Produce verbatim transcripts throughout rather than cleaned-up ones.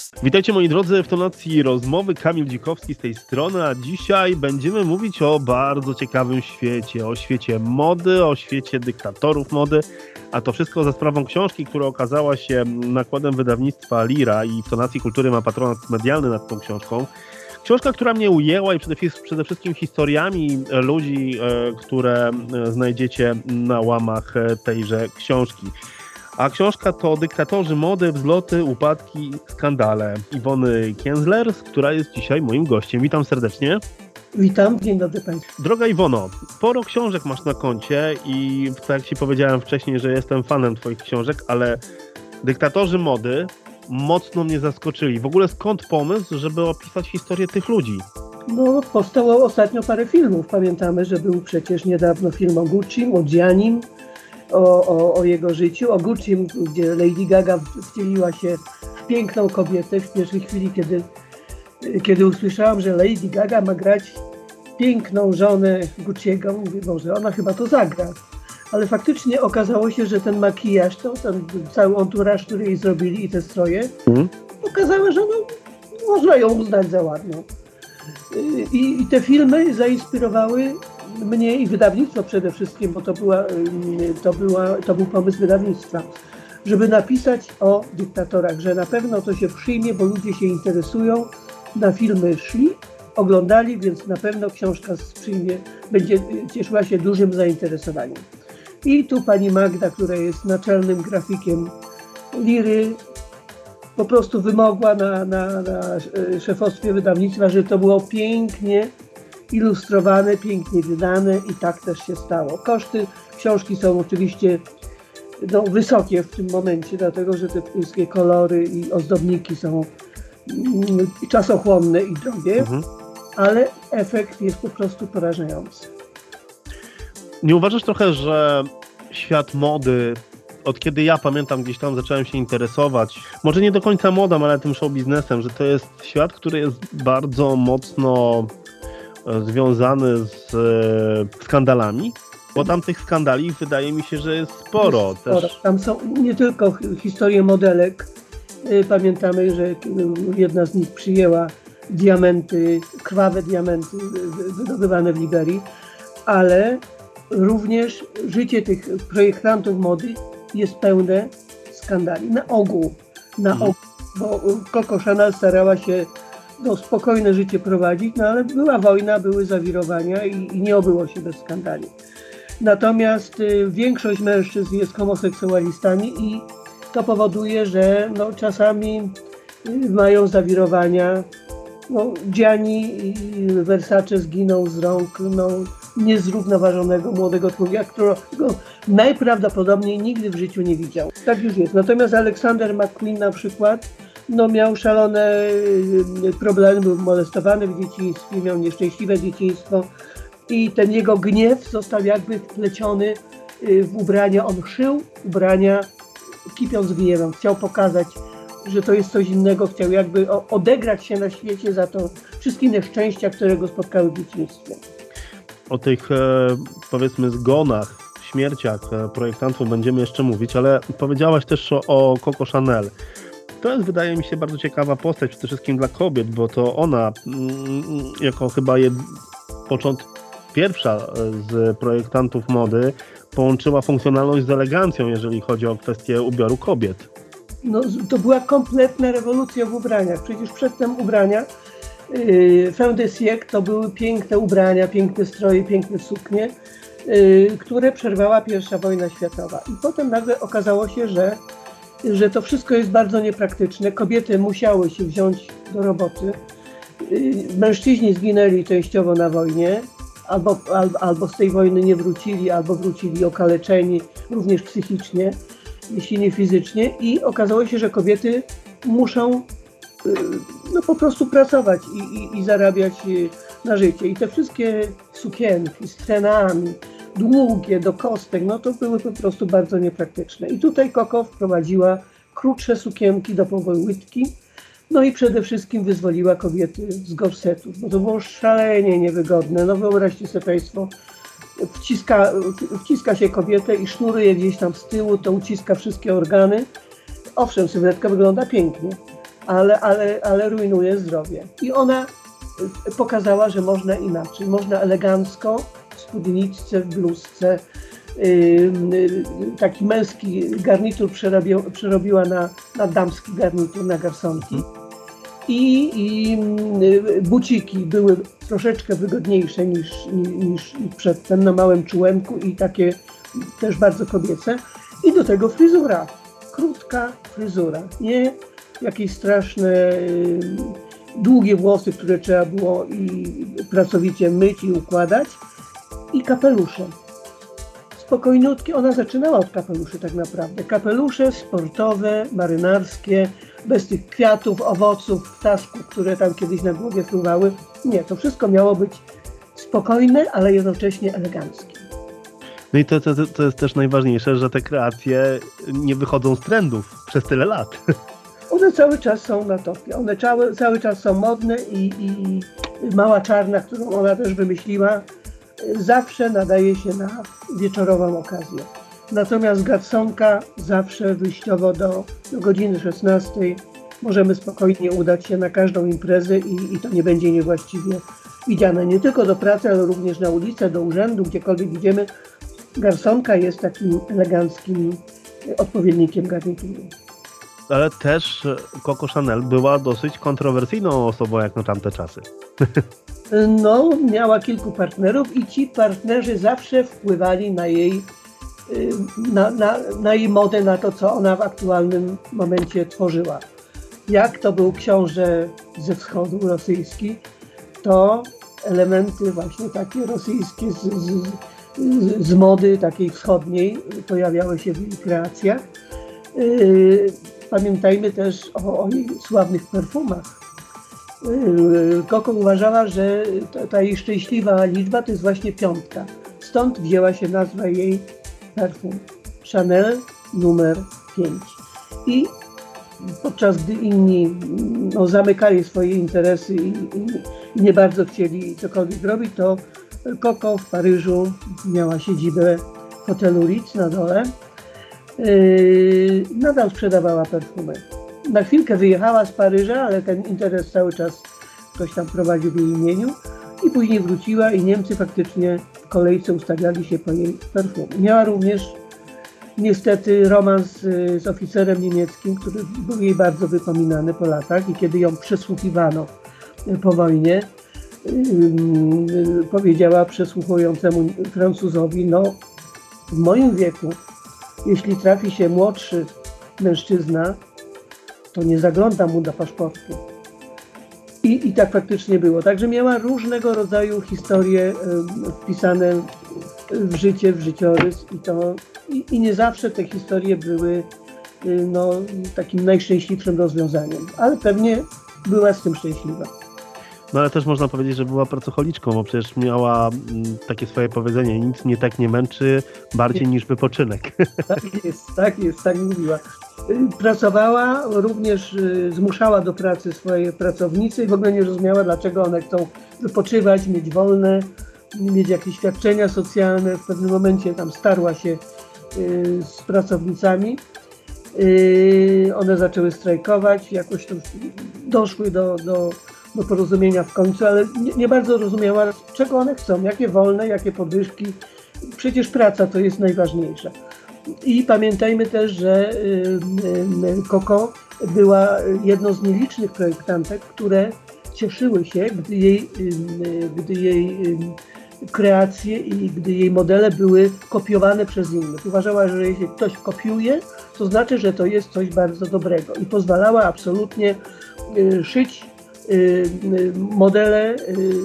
Witajcie moi drodzy w tonacji rozmowy, Kamil Dzikowski z tej strony, a dzisiaj będziemy mówić o bardzo ciekawym świecie, o świecie mody, o świecie dyktatorów mody, a to wszystko za sprawą książki, która okazała się nakładem wydawnictwa Lira i w tonacji kultury ma patronat medialny nad tą książką. Książka, która mnie ujęła i przede wszystkim historiami ludzi, które znajdziecie na łamach tejże książki. A książka to Dyktatorzy mody, wzloty, upadki, skandale Iwony Kienzler, która jest dzisiaj moim gościem. Witam serdecznie. Witam, dzień dobry Państwu. Droga Iwono, sporo książek masz na koncie i tak jak Ci powiedziałem wcześniej, że jestem fanem Twoich książek, ale Dyktatorzy mody mocno mnie zaskoczyli. W ogóle skąd pomysł, żeby opisać historię tych ludzi? No, powstało ostatnio parę filmów. Pamiętamy, że był przecież niedawno film o Guccim, o Giannim, o, o, o jego życiu, o Guccim, gdzie Lady Gaga wcieliła się w piękną kobietę w pierwszej chwili, kiedy, kiedy usłyszałam, że Lady Gaga ma grać piękną żonę Gucciego. Mówię, Boże, ona chyba to zagra. Ale faktycznie okazało się, że ten makijaż, to, ten cały anturaż, który jej zrobili i te stroje, mm. pokazały, że no, można ją uznać za ładną. I, I te filmy zainspirowały mnie i wydawnictwo przede wszystkim, bo to, była, to, była, to był pomysł wydawnictwa, żeby napisać o dyktatorach, że na pewno to się przyjmie, bo ludzie się interesują, na filmy szli, oglądali, więc na pewno książka przyjmie, będzie cieszyła się dużym zainteresowaniem. I tu pani Magda, która jest naczelnym grafikiem Liry, po prostu wymogła na, na, na szefostwie wydawnictwa, żeby to było pięknie ilustrowane, pięknie wydane i tak też się stało. Koszty książki są oczywiście no, wysokie w tym momencie, dlatego że te wszystkie kolory i ozdobniki są mm, czasochłonne i drogie, mhm. ale efekt jest po prostu porażający. Nie uważasz trochę, że świat mody, od kiedy ja pamiętam gdzieś tam zacząłem się interesować, może nie do końca modą, ale tym show biznesem, że to jest świat, który jest bardzo mocno związany z e, skandalami? Bo tam tych skandali wydaje mi się, że jest sporo. Jest sporo. Też... Tam są nie tylko historie modelek. Pamiętamy, że jedna z nich przyjęła diamenty, krwawe diamenty wydobywane w Liberii, ale również życie tych projektantów mody jest pełne skandali. Na ogół, na mhm. ogół, bo Coco Chanel starała się no, spokojne życie prowadzić, no ale była wojna, były zawirowania i, i nie obyło się bez skandali. Natomiast y, większość mężczyzn jest homoseksualistami i to powoduje, że no, czasami y, mają zawirowania. No, Gianni i Versace zginął z rąk no, niezrównoważonego młodego człowieka, którego najprawdopodobniej nigdy w życiu nie widział. Tak już jest. Natomiast Alexander McQueen na przykład no, miał szalone problemy, był molestowany w dzieciństwie, miał nieszczęśliwe dzieciństwo i ten jego gniew został jakby wpleciony w ubrania. On szył ubrania kipiąc gniewem. Chciał pokazać, że to jest coś innego, chciał jakby odegrać się na świecie za to wszystkie nieszczęścia, które go spotkały w dzieciństwie. O tych powiedzmy zgonach, śmierciach projektantów będziemy jeszcze mówić, ale powiedziałaś też o, o Coco Chanel. To jest, wydaje mi się, bardzo ciekawa postać, przede wszystkim dla kobiet, bo to ona jako chyba jed... począt... pierwsza z projektantów mody połączyła funkcjonalność z elegancją, jeżeli chodzi o kwestię ubioru kobiet. No, to była kompletna rewolucja w ubraniach. Przecież przedtem ubrania yy, fin de siècle to były piękne ubrania, piękne stroje, piękne suknie, yy, które przerwała pierwsza wojna światowa. I potem nagle okazało się, że, że to wszystko jest bardzo niepraktyczne. Kobiety musiały się wziąć do roboty. Yy, mężczyźni zginęli częściowo na wojnie. Albo, albo, albo z tej wojny nie wrócili, albo wrócili okaleczeni, również psychicznie, jeśli nie fizycznie. I okazało się, że kobiety muszą no, po prostu pracować i, i, i zarabiać na życie. I te wszystkie sukienki z trenami, długie do kostek, no to były po prostu bardzo niepraktyczne. I tutaj Coco wprowadziła krótsze sukienki do połowy łydki, no i przede wszystkim wyzwoliła kobiety z gorsetów, bo to było szalenie niewygodne. No wyobraźcie sobie Państwo, wciska, wciska się kobietę i sznuruje je gdzieś tam z tyłu, to uciska wszystkie organy. Owszem, sylwetka wygląda pięknie, ale, ale, ale rujnuje zdrowie. I ona pokazała, że można inaczej. Można elegancko, w spódniczce, w bluzce, taki męski garnitur przerobiła, przerobiła na, na damski garnitur, na garsonki. I, i buciki były troszeczkę wygodniejsze niż, niż przedtem, na małym czułenku i takie też bardzo kobiece. I do tego fryzura. Krótka fryzura. Nie jakieś straszne, długie włosy, które trzeba było i pracowicie myć i układać. I kapelusze. Spokojnutkie. Ona zaczynała od kapeluszy tak naprawdę. Kapelusze sportowe, marynarskie, bez tych kwiatów, owoców, ptaszków, które tam kiedyś na głowie fruwały. Nie, to wszystko miało być spokojne, ale jednocześnie eleganckie. No i to, to, to jest też najważniejsze, że te kreacje nie wychodzą z trendów przez tyle lat. One cały czas są na topie. One cały, cały czas są modne i, i mała czarna, którą ona też wymyśliła, zawsze nadaje się na wieczorową okazję. Natomiast garsonka zawsze wyjściowo do, do godziny szesnastej możemy spokojnie udać się na każdą imprezę i, i to nie będzie niewłaściwie widziane. Nie tylko do pracy, ale również na ulicę, do urzędu, gdziekolwiek idziemy. Garsonka jest takim eleganckim odpowiednikiem garnituru. Ale też Coco Chanel była dosyć kontrowersyjną osobą jak na tamte czasy. No, miała kilku partnerów i ci partnerzy zawsze wpływali na jej, na, na, na jej modę, na to, co ona w aktualnym momencie tworzyła. Jak to był książę ze wschodu rosyjski, to elementy właśnie takie rosyjskie z, z, z mody takiej wschodniej pojawiały się w jej kreacjach. Pamiętajmy też o, o jej sławnych perfumach. Coco uważała, że ta, ta jej szczęśliwa liczba to jest właśnie piątka. Stąd wzięła się nazwa jej perfum. Chanel numer pięć. I podczas gdy inni no, zamykali swoje interesy i, i, i nie bardzo chcieli cokolwiek robić, to Coco w Paryżu miała siedzibę w hotelu Ritz na dole. Yy, nadal sprzedawała perfumy. Na chwilkę wyjechała z Paryża, ale ten interes cały czas ktoś tam prowadził w jej imieniu i później wróciła i Niemcy faktycznie w kolejce ustawiali się po jej perfumy. Miała również niestety romans z oficerem niemieckim, który był jej bardzo wypominany po latach i kiedy ją przesłuchiwano po wojnie, yy, powiedziała przesłuchującemu Francuzowi, no w moim wieku, jeśli trafi się młodszy mężczyzna, to nie zagląda mu do paszportu. I, I tak faktycznie było. Także miała różnego rodzaju historie y, wpisane w życie, w życiorys i, to, i, i nie zawsze te historie były y, no, takim najszczęśliwszym rozwiązaniem, ale pewnie była z tym szczęśliwa. No ale też można powiedzieć, że była pracocholiczką, bo przecież miała m, takie swoje powiedzenie, nic mnie tak nie męczy bardziej niż wypoczynek. Tak jest, tak jest, tak mówiła. Pracowała, również zmuszała do pracy swoje pracownice i w ogóle nie rozumiała, dlaczego one chcą wypoczywać, mieć wolne, mieć jakieś świadczenia socjalne. W pewnym momencie tam starła się z pracownicami. One zaczęły strajkować, jakoś to doszły do, do, do porozumienia w końcu, ale nie, nie bardzo rozumiała, czego one chcą, jakie wolne, jakie podwyżki. Przecież praca to jest najważniejsza. I pamiętajmy też, że Coco była jedną z nielicznych projektantek, które cieszyły się, gdy jej, gdy jej kreacje i gdy jej modele były kopiowane przez innych. Uważała, że jeśli ktoś kopiuje, to znaczy, że to jest coś bardzo dobrego i pozwalała absolutnie szyć modele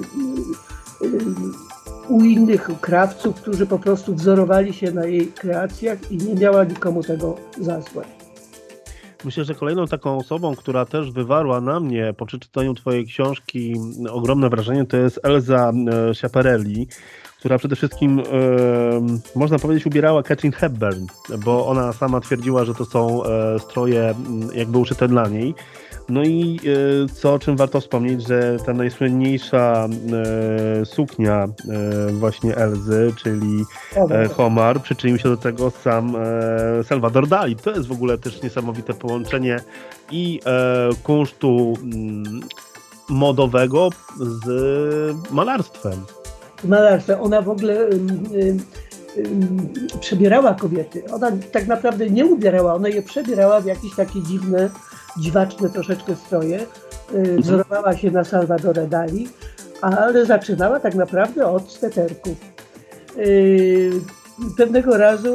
u innych krawców, którzy po prostu wzorowali się na jej kreacjach i nie miała nikomu tego za złe. Myślę, że kolejną taką osobą, która też wywarła na mnie po przeczytaniu twojej książki ogromne wrażenie, to jest Elza Schiaparelli, która przede wszystkim, e, można powiedzieć, ubierała Katharine Hepburn, bo ona sama twierdziła, że to są e, stroje jakby uszyte dla niej. No i e, co, o czym warto wspomnieć, że ta najsłynniejsza e, suknia e, właśnie Elzy, czyli e, Homar, przyczynił się do tego sam e, Salvador Dali. To jest w ogóle też niesamowite połączenie i e, kunsztu m, modowego z malarstwem. Malarstwem. Ona w ogóle ym, ym, ym, przebierała kobiety. Ona tak naprawdę nie ubierała, ona je przebierała w jakieś takie dziwne, dziwaczne troszeczkę stroje. Yy, wzorowała się na Salvadorze Dali, ale zaczynała tak naprawdę od sweterków. Yy, pewnego razu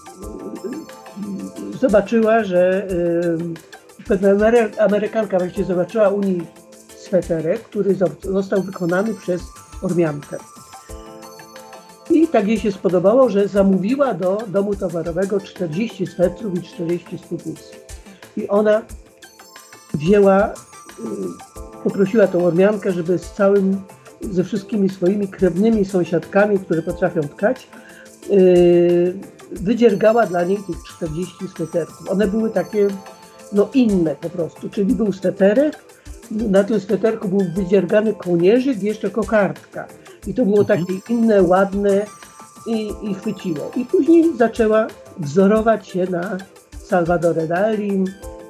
yy, zobaczyła, że yy, pewna Amery- Amerykanka właśnie zobaczyła u niej sweterek, który został wykonany przez Ormiankę. I tak jej się spodobało, że zamówiła do domu towarowego czterdzieści swetrów i czterdzieści spódnic. I ona wzięła, poprosiła tą Ormiankę, żeby z całym, ze wszystkimi swoimi krewnymi sąsiadkami, które potrafią tkać, wydziergała dla niej tych czterdzieści sweterków. One były takie, no inne po prostu, czyli był sweterek, na tym sweterku był wydziergany kołnierzyk i jeszcze kokardka. I to było takie inne, ładne i, i chwyciło. I później zaczęła wzorować się na Salvadorze Dalim.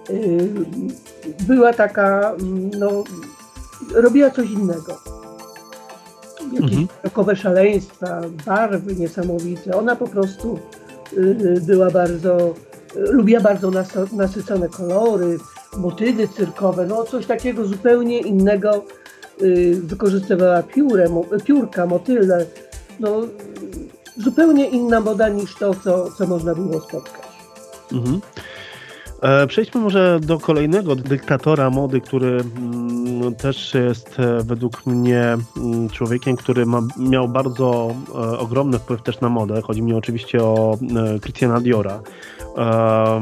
Była taka, no, robiła coś innego. Jakieś mhm. rokowe szaleństwa, barwy niesamowite. Ona po prostu była bardzo, lubiła bardzo nasycone kolory, motywy cyrkowe, no coś takiego zupełnie innego. Wykorzystywała piórę, piórka, motyle, no zupełnie inna moda niż to, co, co można było spotkać. Mhm. E, przejdźmy może do kolejnego dyktatora mody, który mm, też jest e, według mnie m, człowiekiem, który ma, miał bardzo e, ogromny wpływ też na modę. Chodzi mi oczywiście o e, Christiana Diora. E,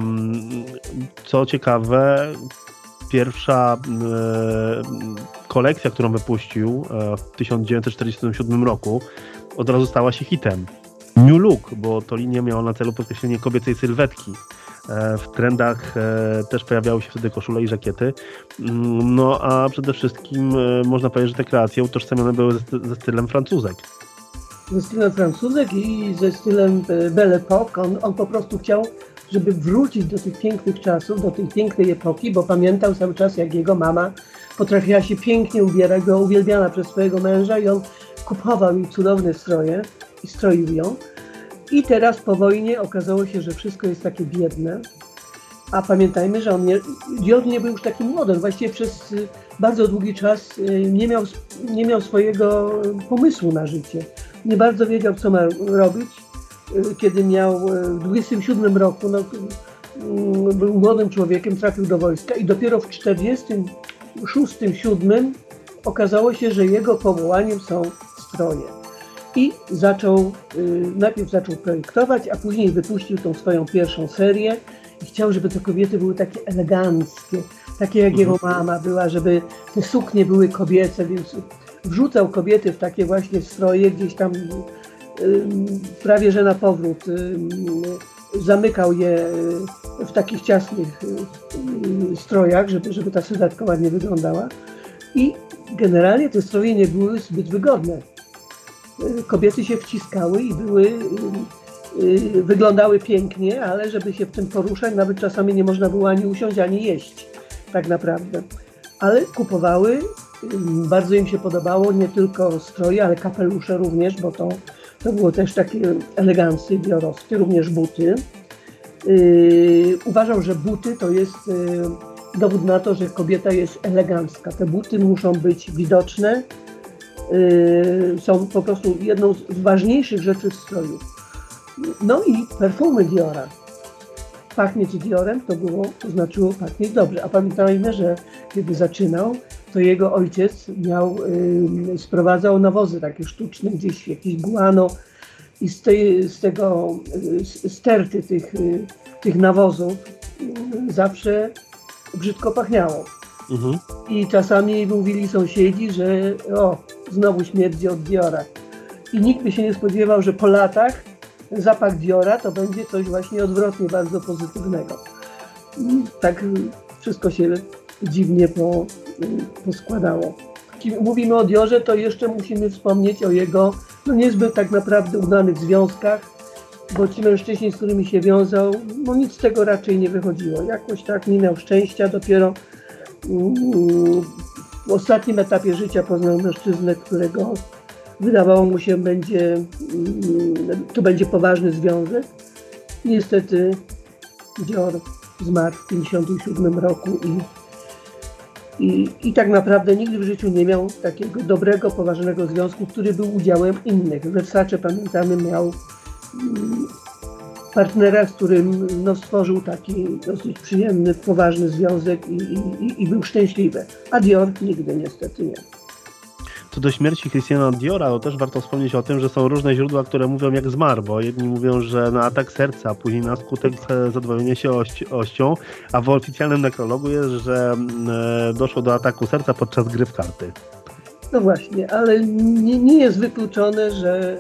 co ciekawe, pierwsza e, kolekcja, którą wypuścił e, w tysiąc dziewięćset czterdziestym siódmym roku, od razu stała się hitem. New Look, bo to linia miała na celu podkreślenie kobiecej sylwetki. E, w trendach e, też pojawiały się wtedy koszule i żakiety. Mm, no a przede wszystkim e, można powiedzieć, że te kreacje utożsamione były ze, ze stylem francuzek. Ze stylem francuzek i ze stylem Belle Époque. On, on po prostu chciał, żeby wrócić do tych pięknych czasów, do tej pięknej epoki, bo pamiętał cały czas, jak jego mama potrafiła się pięknie ubierać, była uwielbiana przez swojego męża i on kupował jej cudowne stroje i stroił ją. I teraz po wojnie okazało się, że wszystko jest takie biedne, a pamiętajmy, że on nie, Dior nie był już takim młodym. Właściwie przez bardzo długi czas nie miał, nie miał swojego pomysłu na życie. Nie bardzo wiedział, co ma robić. Kiedy miał w dwudziestym siódmym roku, no, był młodym człowiekiem, trafił do wojska i dopiero w czterdziestym szóstym, siódmym okazało się, że jego powołaniem są stroje. I zaczął, najpierw zaczął projektować, a później wypuścił tą swoją pierwszą serię i chciał, żeby te kobiety były takie eleganckie, takie jak jego mama była, żeby te suknie były kobiece, więc wrzucał kobiety w takie właśnie stroje, gdzieś tam prawie że na powrót zamykał je w takich ciasnych strojach, żeby, żeby ta sylwetka ładnie wyglądała. I generalnie te stroje nie były zbyt wygodne. Kobiety się wciskały i były, wyglądały pięknie, ale żeby się w tym poruszać, nawet czasami nie można było ani usiąść, ani jeść, tak naprawdę. Ale kupowały, bardzo im się podobało, nie tylko stroje, ale kapelusze również, bo to, to było też takie eleganckie, diorowskie, również buty. Yy, uważał, że buty to jest yy, dowód na to, że kobieta jest elegancka. Te buty muszą być widoczne, yy, są po prostu jedną z ważniejszych rzeczy w stroju. No i perfumy Diora. Pachnieć Diorem to było, to znaczyło pachnieć dobrze. A pamiętajmy, że kiedy zaczynał, to jego ojciec miał, yy, sprowadzał nawozy takie sztuczne, gdzieś jakieś guano i z, tej, z tego yy, sterty tych, yy, tych nawozów yy, zawsze brzydko pachniało. Mhm. I czasami mówili sąsiedzi, że o, znowu śmierdzi od Diora. I nikt by się nie spodziewał, że po latach zapach Diora to będzie coś właśnie odwrotnie bardzo pozytywnego. I tak wszystko się dziwnie po, poskładało. Jeśli mówimy o Diorze, to jeszcze musimy wspomnieć o jego no niezbyt tak naprawdę udanych związkach, bo ci mężczyźni, z którymi się wiązał, no nic z tego raczej nie wychodziło. Jakoś tak nie miał szczęścia, dopiero w ostatnim etapie życia poznał mężczyznę, którego wydawało mu się, będzie, to będzie poważny związek. Niestety Dior zmarł w tysiąc dziewięćset pięćdziesiątym siódmym roku i, i, i tak naprawdę nigdy w życiu nie miał takiego dobrego, poważnego związku, który był udziałem innych. Versace, pamiętamy, miał partnera, z którym no, stworzył taki dosyć przyjemny, poważny związek i, i, i był szczęśliwy. A Dior nigdy niestety nie. Co do śmierci Christiana Diora, to też warto wspomnieć o tym, że są różne źródła, które mówią jak zmarł, bo jedni mówią, że na atak serca, a później na skutek zadwojenia się oś, ością, a w oficjalnym nekrologu jest, że e, doszło do ataku serca podczas gry w karty. No właśnie, ale nie, nie jest wykluczone, że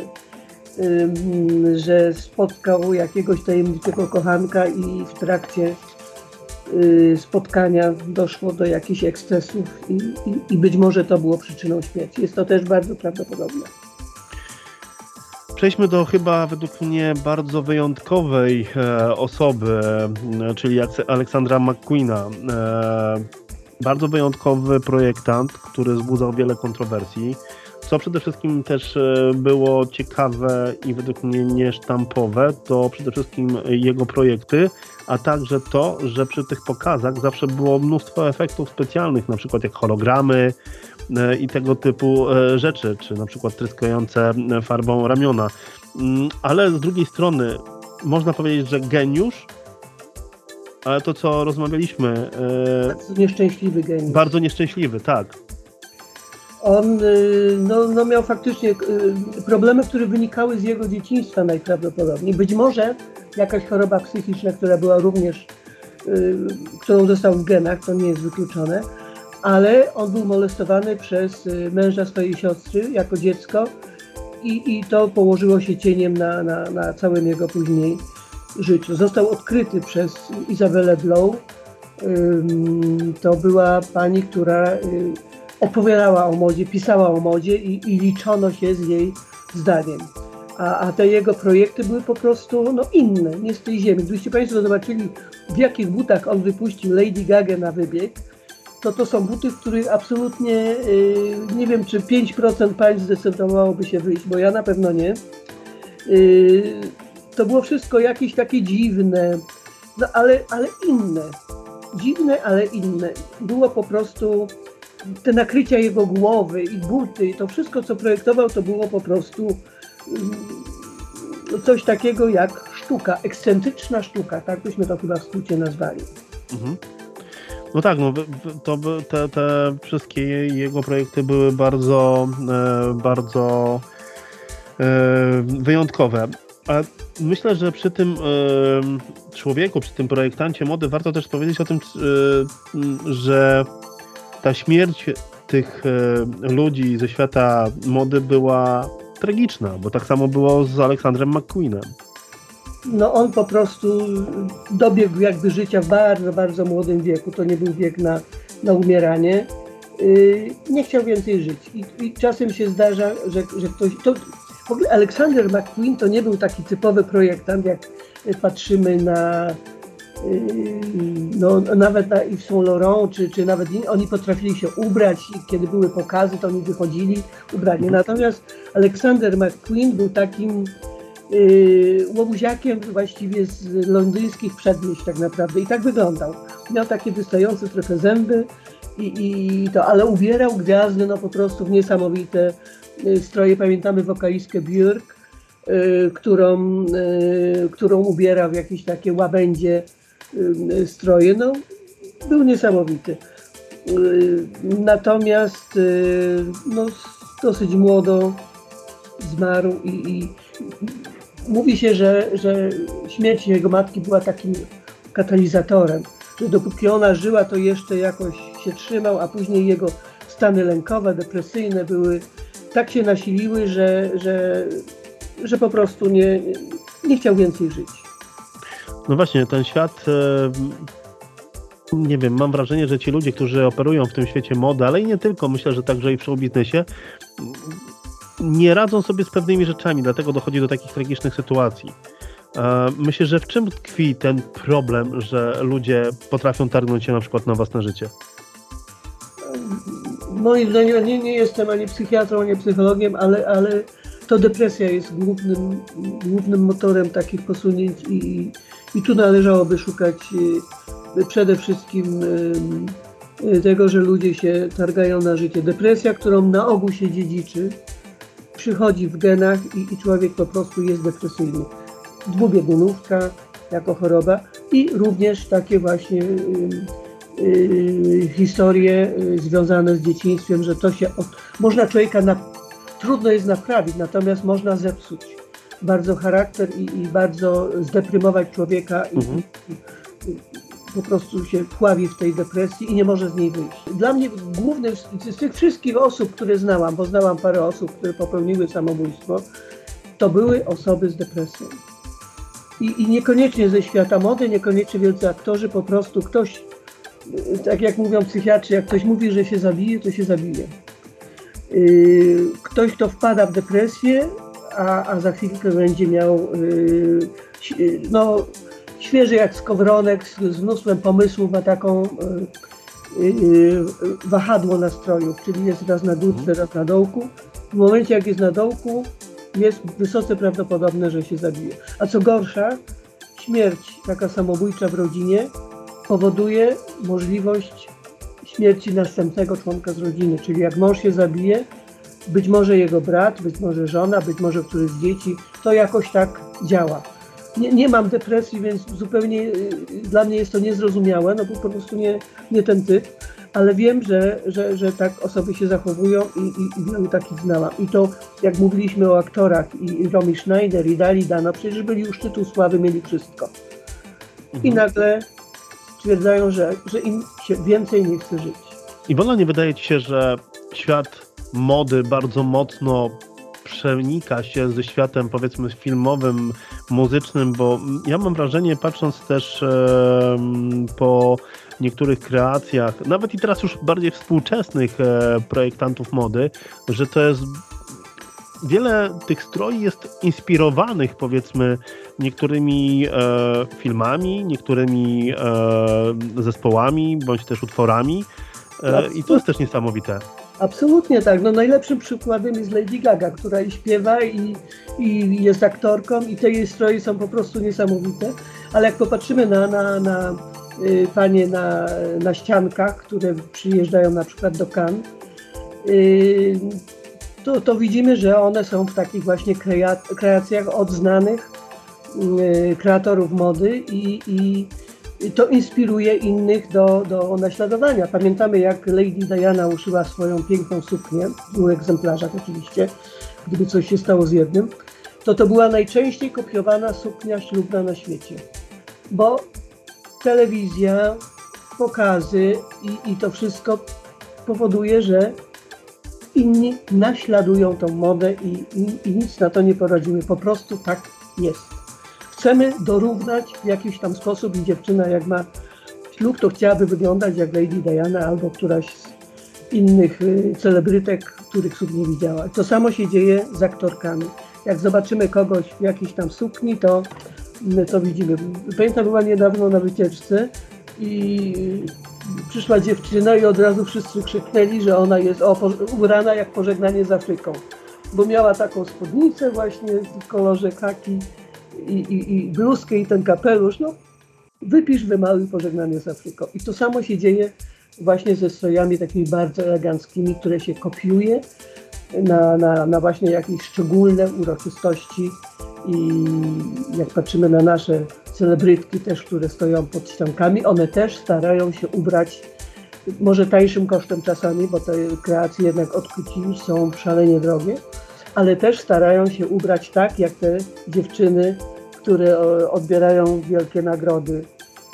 że spotkał jakiegoś tajemniczego kochanka i w trakcie spotkania doszło do jakichś ekscesów i, i, i być może to było przyczyną śmierci. Jest to też bardzo prawdopodobne. Przejdźmy do chyba według mnie bardzo wyjątkowej e, osoby, e, czyli Aleksandra McQueena. E, bardzo wyjątkowy projektant, który wzbudzał wiele kontrowersji. Co przede wszystkim też było ciekawe i według mnie niesztampowe, to przede wszystkim jego projekty, a także to, że przy tych pokazach zawsze było mnóstwo efektów specjalnych, na przykład jak hologramy i tego typu rzeczy, czy na przykład tryskające farbą ramiona. Ale z drugiej strony można powiedzieć, że geniusz, ale to co rozmawialiśmy... Bardzo nieszczęśliwy geniusz. Bardzo nieszczęśliwy, tak. On no, no miał faktycznie problemy, które wynikały z jego dzieciństwa najprawdopodobniej. Być może jakaś choroba psychiczna, która była również, którą dostał w genach, to nie jest wykluczone, ale on był molestowany przez męża swojej siostry jako dziecko i, i to położyło się cieniem na, na, na całym jego później życiu. Został odkryty przez Izabelę Blow. To była pani, która opowiadała o modzie, pisała o modzie i, i liczono się z jej zdaniem. A, a te jego projekty były po prostu no, inne, nie z tej ziemi. Gdybyście Państwo zobaczyli, w jakich butach on wypuścił Lady Gaga na wybieg, to to są buty, w których absolutnie yy, nie wiem, czy pięć procent państw zdecydowałoby się wyjść, bo ja na pewno nie. Yy, to było wszystko jakieś takie dziwne, no ale, ale inne. Dziwne, ale inne. Było po prostu te nakrycia jego głowy i buty, i to wszystko, co projektował, to było po prostu yy, coś takiego jak sztuka, ekscentryczna sztuka, tak byśmy to chyba w skrócie nazwali. Mhm. No tak, no to te, te wszystkie jego projekty były bardzo, bardzo wyjątkowe. A myślę, że przy tym człowieku, przy tym projektancie mody warto też powiedzieć o tym, że ta śmierć tych ludzi ze świata mody była tragiczna, bo tak samo było z Aleksandrem McQueenem. No on po prostu dobiegł jakby życia w bardzo, bardzo młodym wieku. To nie był wiek na, na umieranie. Yy, nie chciał więcej żyć. I, I czasem się zdarza, że, że ktoś... To, w ogóle Alexander McQueen to nie był taki typowy projektant, jak patrzymy na yy, no, nawet na Yves Saint Laurent, czy, czy nawet inni. Oni potrafili się ubrać i kiedy były pokazy, to oni wychodzili ubrani. Natomiast Alexander McQueen był takim Yy, łobuziakiem właściwie z londyńskich przedmieść tak naprawdę i tak wyglądał. Miał takie wystające trochę zęby i, i to, ale ubierał gwiazdy no po prostu w niesamowite yy, stroje. Pamiętamy wokalistkę Björk, yy, którą, yy, którą ubierał w jakieś takie łabędzie yy, stroje. No, był niesamowity. Yy, natomiast yy, no, dosyć młodo zmarł i, i mówi się, że, że śmierć jego matki była takim katalizatorem, że dopóki ona żyła, to jeszcze jakoś się trzymał, a później jego stany lękowe, depresyjne były, tak się nasiliły, że, że, że po prostu nie, nie chciał więcej żyć. No właśnie, ten świat nie wiem, mam wrażenie, że ci ludzie, którzy operują w tym świecie mody, ale i nie tylko, myślę, że także i w show biznesie, nie radzą sobie z pewnymi rzeczami, dlatego dochodzi do takich tragicznych sytuacji. Myślę, że w czym tkwi ten problem, że ludzie potrafią targnąć się na przykład na własne życie? Moim zdaniem, nie, nie jestem ani psychiatrą, ani psychologiem, ale, ale to depresja jest głównym, głównym motorem takich posunięć i, i tu należałoby szukać przede wszystkim tego, że ludzie się targają na życie. Depresja, którą na ogół się dziedziczy, przychodzi w genach i, i człowiek po prostu jest depresyjny. Dwubiegunówka jako choroba i również takie właśnie y, y, historie y, związane z dzieciństwem, że to się od, można człowieka na, trudno jest naprawić, natomiast można zepsuć bardzo charakter i, i bardzo zdeprymować człowieka i, mhm. i, i po prostu się pławi w tej depresji i nie może z niej wyjść. Dla mnie główny z tych wszystkich osób, które znałam, bo znałam parę osób, które popełniły samobójstwo, to były osoby z depresją. I, I niekoniecznie ze świata mody, niekoniecznie wielcy aktorzy, po prostu ktoś, tak jak mówią psychiatrzy, jak ktoś mówi, że się zabije, to się zabije. Yy, ktoś, kto wpada w depresję, a, a za chwilkę będzie miał yy, no, świeży jak skowronek, z, z mnóstwem pomysłów, ma taką yy, yy, wahadło nastrojów, czyli jest raz na górce, raz na dołku. W momencie, jak jest na dołku, jest wysoce prawdopodobne, że się zabije. A co gorsza, śmierć taka samobójcza w rodzinie powoduje możliwość śmierci następnego członka z rodziny. Czyli jak mąż się zabije, być może jego brat, być może żona, być może któryś z dzieci, to jakoś tak działa. Nie, nie mam depresji, więc zupełnie y, dla mnie jest to niezrozumiałe, no bo po prostu nie, nie ten typ. Ale wiem, że, że, że tak osoby się zachowują i, i, i wielu takich znałam. I to, jak mówiliśmy o aktorach, i, i Romy Schneider, i Dalida, no przecież byli u szczytu sławy, mieli wszystko. Mhm. I nagle stwierdzają, że, że im się więcej nie chce żyć. Iwona, nie wydaje ci się, że świat mody bardzo mocno przenika się ze światem, powiedzmy, filmowym, muzycznym, bo ja mam wrażenie, patrząc też e, po niektórych kreacjach, nawet i teraz już bardziej współczesnych e, projektantów mody, że to jest wiele tych stroi jest inspirowanych, powiedzmy, niektórymi e, filmami, niektórymi e, zespołami, bądź też utworami e, i to jest też niesamowite. Absolutnie tak. No najlepszym przykładem jest Lady Gaga, która i śpiewa i, i jest aktorką i te jej stroje są po prostu niesamowite, ale jak popatrzymy na, na, na y, panie na, na ściankach, które przyjeżdżają na przykład do Cannes, y, to, to widzimy, że one są w takich właśnie kreat- kreacjach od znanych y, kreatorów mody i, i I to inspiruje innych do, do naśladowania. Pamiętamy, jak Lady Diana uszyła swoją piękną suknię, w dwóch egzemplarzach oczywiście, gdyby coś się stało z jednym, to to była najczęściej kopiowana suknia ślubna na świecie. Bo telewizja, pokazy i, i to wszystko powoduje, że inni naśladują tą modę i, i, i nic na to nie poradzimy. Po prostu tak jest. Chcemy dorównać w jakiś tam sposób i dziewczyna jak ma ślub, to chciałaby wyglądać jak Lady Diana albo któraś z innych y, celebrytek, których sukni nie widziała. To samo się dzieje z aktorkami. Jak zobaczymy kogoś w jakiejś tam sukni, to, to widzimy. Pamiętam, była niedawno na wycieczce i przyszła dziewczyna i od razu wszyscy krzyknęli, że ona jest o, ubrana jak pożegnanie z Afryką. Bo miała taką spódnicę właśnie w kolorze kaki, I, i, i bluzkę i ten kapelusz, no wypisz, wymaluj pożegnanie z Afryką. I to samo się dzieje właśnie ze strojami takimi bardzo eleganckimi, które się kopiuje na, na, na właśnie jakieś szczególne uroczystości i jak patrzymy na nasze celebrytki też, które stoją pod ściankami, one też starają się ubrać może tańszym kosztem czasami, bo te kreacje jednak od kuci są szalenie drogie, ale też starają się ubrać tak, jak te dziewczyny, które odbierają wielkie nagrody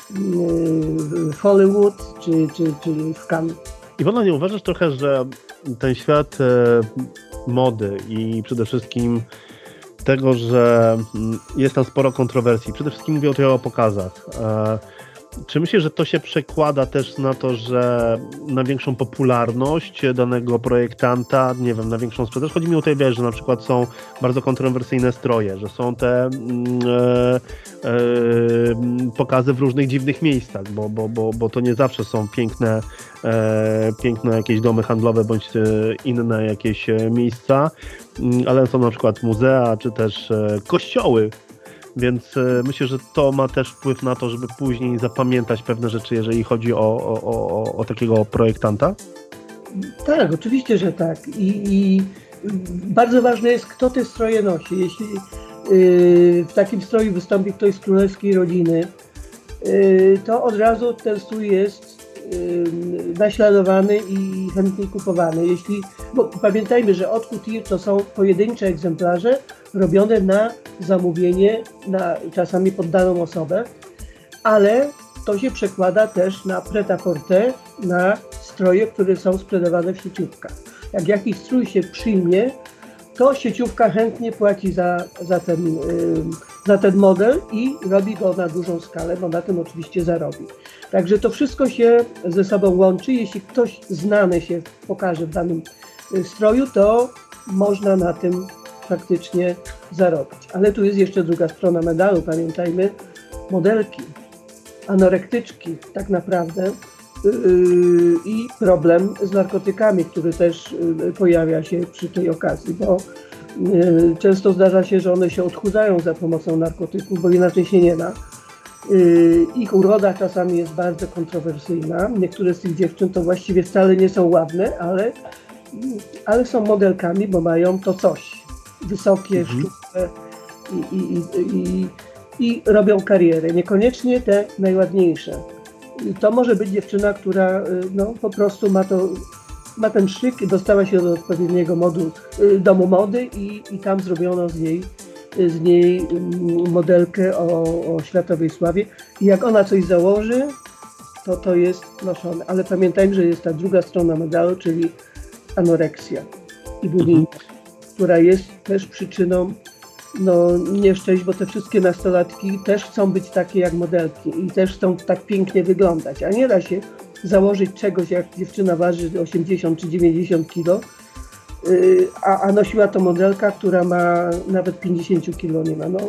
w Hollywood czy, czy, czy w Cannes. Iwona, nie uważasz trochę, że ten świat mody i przede wszystkim tego, że jest tam sporo kontrowersji, przede wszystkim mówię tutaj o pokazach, Czy myślisz, że to się przekłada też na to, że na większą popularność danego projektanta, nie wiem, na większą sprzedaż? Chodzi mi o to, wiesz, że na przykład są bardzo kontrowersyjne stroje, że są te mm, e, e, pokazy w różnych dziwnych miejscach, bo, bo, bo, bo to nie zawsze są piękne, e, piękne jakieś domy handlowe bądź e, inne jakieś e, miejsca, m, ale są na przykład muzea, czy też e, kościoły. Więc y, myślę, że to ma też wpływ na to, żeby później zapamiętać pewne rzeczy, jeżeli chodzi o, o, o, o takiego projektanta? Tak, oczywiście, że tak. I, i bardzo ważne jest, kto te stroje nosi. Jeśli y, w takim stroju wystąpi ktoś z królewskiej rodziny, y, to od razu ten strój jest y, naśladowany i chętnie kupowany. Jeśli, bo pamiętajmy, że haute couture to są pojedyncze egzemplarze robione na zamówienie, na czasami pod daną osobę, ale to się przekłada też na prêt-à-porter, na stroje, które są sprzedawane w sieciówkach. Jak jakiś strój się przyjmie, to sieciówka chętnie płaci za, za, ten, yy, za ten model i robi go na dużą skalę, bo na tym oczywiście zarobi. Także to wszystko się ze sobą łączy. Jeśli ktoś znany się pokaże w danym stroju, to można na tym faktycznie zarobić. Ale tu jest jeszcze druga strona medalu. Pamiętajmy, modelki, anorektyczki tak naprawdę yy, i problem z narkotykami, który też yy, pojawia się przy tej okazji, bo yy, często zdarza się, że one się odchudzają za pomocą narkotyków, bo inaczej się nie da. Yy, ich uroda czasami jest bardzo kontrowersyjna. Niektóre z tych dziewczyn to właściwie wcale nie są ładne, ale, ale są modelkami, bo mają to coś. Wysokie, mhm. szczupłe i, i, i, i, i robią karierę. Niekoniecznie te najładniejsze. To może być dziewczyna, która no, po prostu ma, to, ma ten szyk, dostała się do odpowiedniego modu, domu mody i, i tam zrobiono z niej, z niej modelkę o, o światowej sławie. I jak ona coś założy, to to jest noszone. Ale pamiętajmy, że jest ta druga strona medalu, czyli anoreksja i bulimia, mhm. która jest też przyczyną no, nieszczęść, bo te wszystkie nastolatki też chcą być takie jak modelki i też chcą tak pięknie wyglądać, a nie da się założyć czegoś, jak dziewczyna waży osiemdziesiąt czy dziewięćdziesiąt kilo, yy, a, a nosiła to modelka, która ma nawet pięćdziesiąt kilo nie ma. No,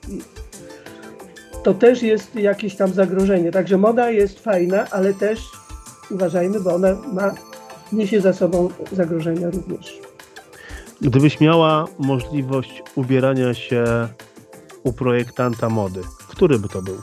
to też jest jakieś tam zagrożenie. Także moda jest fajna, ale też uważajmy, bo ona ma, niesie za sobą zagrożenia również. Gdybyś miała możliwość ubierania się u projektanta mody, który by to był?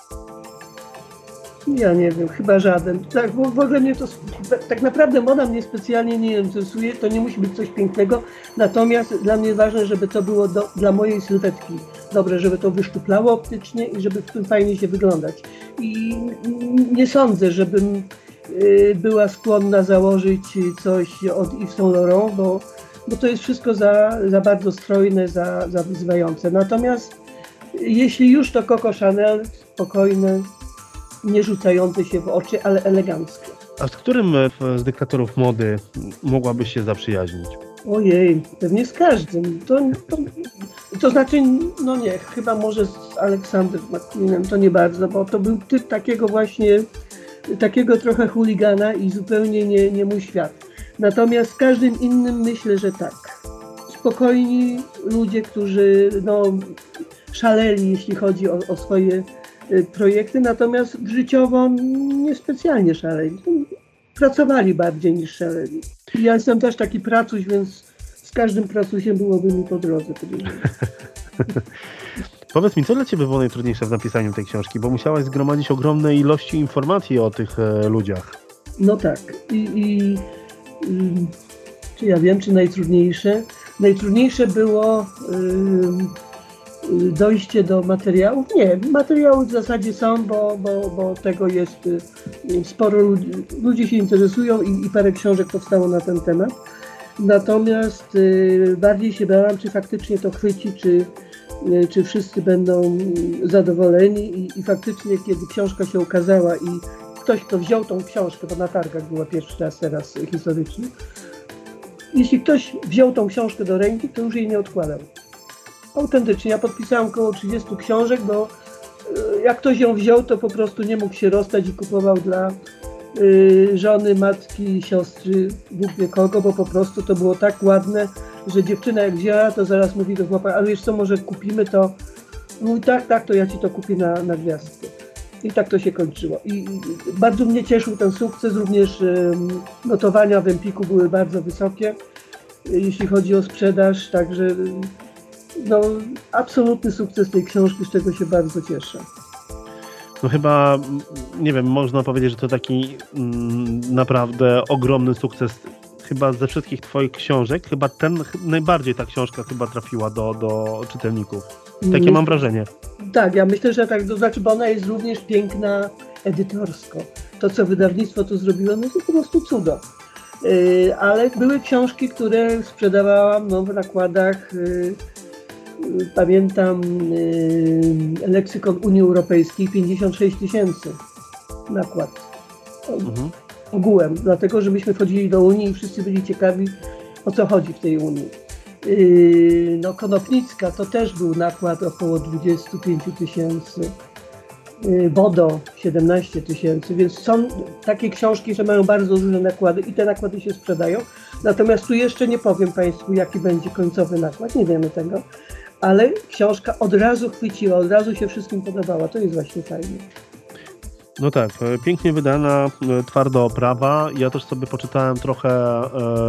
Ja nie wiem, chyba żaden. Tak, bo w ogóle mnie to, tak naprawdę moda mnie specjalnie nie interesuje, to nie musi być coś pięknego, natomiast dla mnie ważne, żeby to było do, dla mojej sylwetki dobre, żeby to wyszczuplało optycznie i żeby w tym fajnie się wyglądać. I nie sądzę, żebym y, była skłonna założyć coś od Yves Saint Laurent, bo bo to jest wszystko za, za bardzo strojne, za, za wyzywające. Natomiast jeśli już, to Coco Chanel, spokojne, nie rzucające się w oczy, ale eleganckie. A z którym z dyktatorów mody mogłabyś się zaprzyjaźnić? Ojej, pewnie z każdym. To, to, to znaczy, no nie, chyba może z Aleksanderem McQueenem, to nie bardzo, bo to był typ takiego właśnie, takiego trochę chuligana i zupełnie nie, nie mój świat. Natomiast z każdym innym myślę, że tak. Spokojni ludzie, którzy no, szaleli, jeśli chodzi o, o swoje y, projekty, natomiast życiowo niespecjalnie szaleli. Pracowali bardziej niż szaleli. Ja jestem też taki pracuś, więc z każdym pracusiem byłoby mi po drodze. Powiedz mi, co dla Ciebie było najtrudniejsze w napisaniu tej książki? Bo musiałaś zgromadzić ogromne ilości informacji o tych e, ludziach. No tak. I, i czy ja wiem, czy najtrudniejsze? Najtrudniejsze było yy, dojście do materiałów. Nie, materiały w zasadzie są, bo, bo, bo tego jest yy, sporo ludzi. Ludzie się interesują i, i parę książek powstało na ten temat. Natomiast yy, bardziej się bałam, czy faktycznie to chwyci, czy, yy, czy wszyscy będą zadowoleni i, i faktycznie, kiedy książka się ukazała i ktoś, kto wziął tą książkę, bo na targach była pierwszy raz teraz historyczny. Jeśli ktoś wziął tą książkę do ręki, to już jej nie odkładał. Autentycznie, ja podpisałam około trzydziestu książek, bo jak ktoś ją wziął, to po prostu nie mógł się rozstać i kupował dla y, żony, matki, siostry, Bóg wie kogo, bo po prostu to było tak ładne, że dziewczyna jak wzięła, to zaraz mówi do chłopaka, ale wiesz co, może kupimy to? Mówi, tak, tak, to ja ci to kupię na, na gwiazdkę. I tak to się kończyło. I, i bardzo mnie cieszył ten sukces, również y, notowania w Empiku były bardzo wysokie, y, jeśli chodzi o sprzedaż, także y, no, absolutny sukces tej książki, z czego się bardzo cieszę. No chyba, nie wiem, można powiedzieć, że to taki mm, naprawdę ogromny sukces. Chyba ze wszystkich twoich książek, chyba ten, najbardziej ta książka chyba trafiła do, do czytelników. Takie My, mam wrażenie. Tak, ja myślę, że tak, to znaczy, bo ona jest również piękna edytorsko. To, co wydawnictwo tu zrobiło, no to po prostu cudo. Yy, ale były książki, które sprzedawałam no, w nakładach, yy, yy, pamiętam yy, leksykon Unii Europejskiej, pięćdziesiąt sześć tysięcy nakład. Mhm. Ogółem, dlatego, że myśmy wchodzili do Unii i wszyscy byli ciekawi, o co chodzi w tej Unii. Yy, no Konopnicka to też był nakład około dwadzieścia pięć tysięcy, yy, Bodo siedemnaście tysięcy, więc są takie książki, że mają bardzo duże nakłady i te nakłady się sprzedają. Natomiast tu jeszcze nie powiem Państwu, jaki będzie końcowy nakład, nie wiemy tego, ale książka od razu chwyciła, od razu się wszystkim podobała, to jest właśnie fajne. No tak, pięknie wydana, twarda oprawa. Ja też sobie poczytałem trochę e,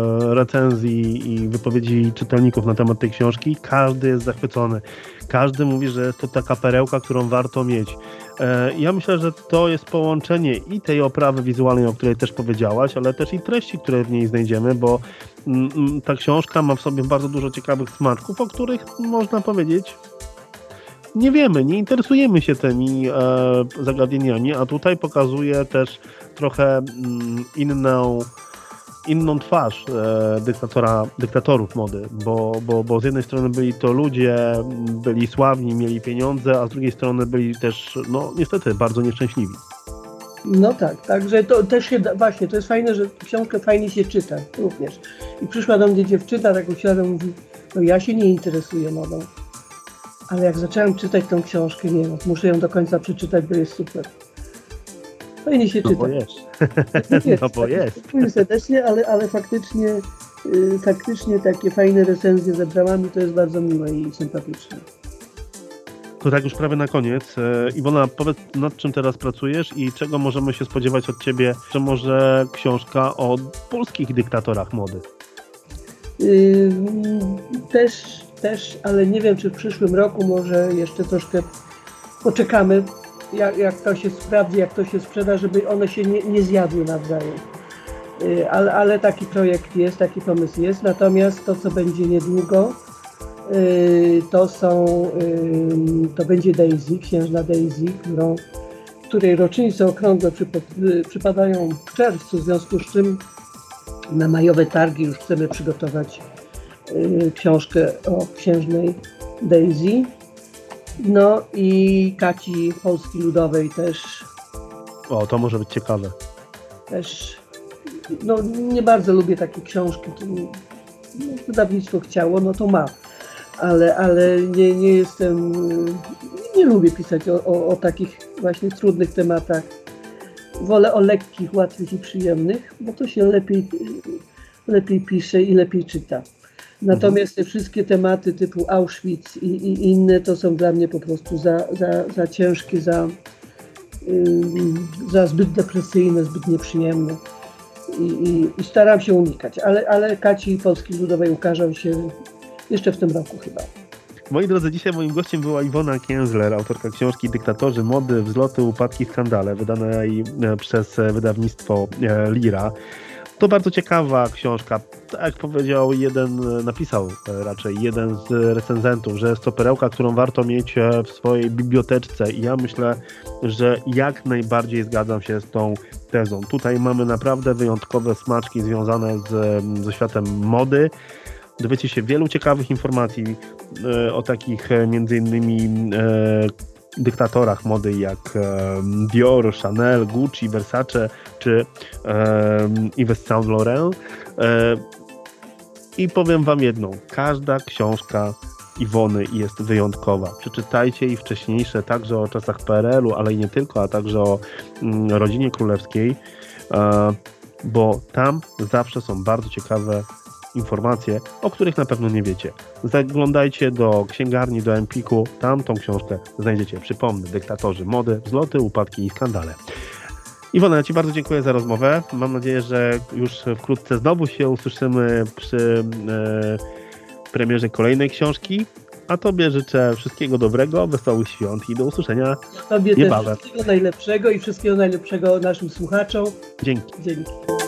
recenzji i wypowiedzi czytelników na temat tej książki. Każdy jest zachwycony. Każdy mówi, że jest to taka perełka, którą warto mieć. E, ja myślę, że to jest połączenie i tej oprawy wizualnej, o której też powiedziałaś, ale też i treści, które w niej znajdziemy, bo mm, ta książka ma w sobie bardzo dużo ciekawych smaczków, o których można powiedzieć, nie wiemy, nie interesujemy się tymi e, zagadnieniami, a tutaj pokazuje też trochę mm, inną, inną twarz e, dyktatora, dyktatorów mody, bo, bo, bo z jednej strony byli to ludzie, byli sławni, mieli pieniądze, a z drugiej strony byli też, no niestety, bardzo nieszczęśliwi. No tak, także to też się da, właśnie, to jest fajne, że książkę fajnie się czyta również. I przyszła do mnie dziewczyna, tak usiadła, mówi, no ja się nie interesuję modą. Ale jak zacząłem czytać tą książkę, nie wiem, muszę ją do końca przeczytać, bo jest super. Fajnie się no czyta. Bo jest. jest. No bo jest. Dziękuję serdecznie, ale, ale faktycznie, yy, faktycznie takie fajne recenzje ze bramami to jest bardzo miłe i sympatyczne. To tak już prawie na koniec. Iwona, powiedz, nad czym teraz pracujesz i czego możemy się spodziewać od ciebie, że może książka o polskich dyktatorach mody? Yy, też Też, ale nie wiem, czy w przyszłym roku może jeszcze troszkę poczekamy, jak, jak to się sprawdzi, jak to się sprzeda, żeby one się nie, nie zjadły nawzajem. Yy, ale, ale taki projekt jest, taki pomysł jest. Natomiast to, co będzie niedługo, yy, to są, yy, to będzie Daisy, księżna Daisy, którą, której rocznice okrągłe przypad, yy, przypadają w czerwcu, w związku z czym na majowe targi już chcemy przygotować książkę o księżnej Daisy. No i Kaci Polski Ludowej też. O, to może być ciekawe. Też, no nie bardzo lubię takie książki. No, wydawnictwo chciało, no to ma. Ale, ale nie, nie jestem, nie lubię pisać o, o, o takich właśnie trudnych tematach. Wolę o lekkich, łatwych i przyjemnych, bo to się lepiej, lepiej pisze i lepiej czyta. Natomiast te wszystkie tematy typu Auschwitz i, i inne to są dla mnie po prostu za, za, za ciężkie, za, yy, za zbyt depresyjne, zbyt nieprzyjemne. I, i, i staram się unikać, ale, ale Kaci Polskiej Ludowej ukażą się jeszcze w tym roku chyba. Moi drodzy, dzisiaj moim gościem była Iwona Kienzler, autorka książki Dyktatorzy mody, wzloty, upadki, skandale, wydanej przez wydawnictwo Lira. To bardzo ciekawa książka. Tak jak powiedział jeden, napisał raczej jeden z recenzentów, że jest to perełka, którą warto mieć w swojej biblioteczce i ja myślę, że jak najbardziej zgadzam się z tą tezą. Tutaj mamy naprawdę wyjątkowe smaczki związane z, ze światem mody. Dowiecie się wielu ciekawych informacji e, o takich e, między innymi e, dyktatorach mody jak e, Dior, Chanel, Gucci, Versace czy e, Yves Saint Laurent. E, I powiem wam jedną, każda książka Iwony jest wyjątkowa. Przeczytajcie i wcześniejsze, także o czasach P R L u, ale i nie tylko, a także o mm, rodzinie królewskiej, e, bo tam zawsze są bardzo ciekawe informacje, o których na pewno nie wiecie. Zaglądajcie do księgarni, do Empiku, tam tą książkę znajdziecie. Przypomnę, dyktatorzy mody, wzloty, upadki i skandale. Iwona, ja Ci bardzo dziękuję za rozmowę. Mam nadzieję, że już wkrótce znowu się usłyszymy przy e, premierze kolejnej książki. A Tobie życzę wszystkiego dobrego, wesołych świąt i do usłyszenia Tobie niebawem. też wszystkiego najlepszego i wszystkiego najlepszego naszym słuchaczom. Dzięki. Dzięki.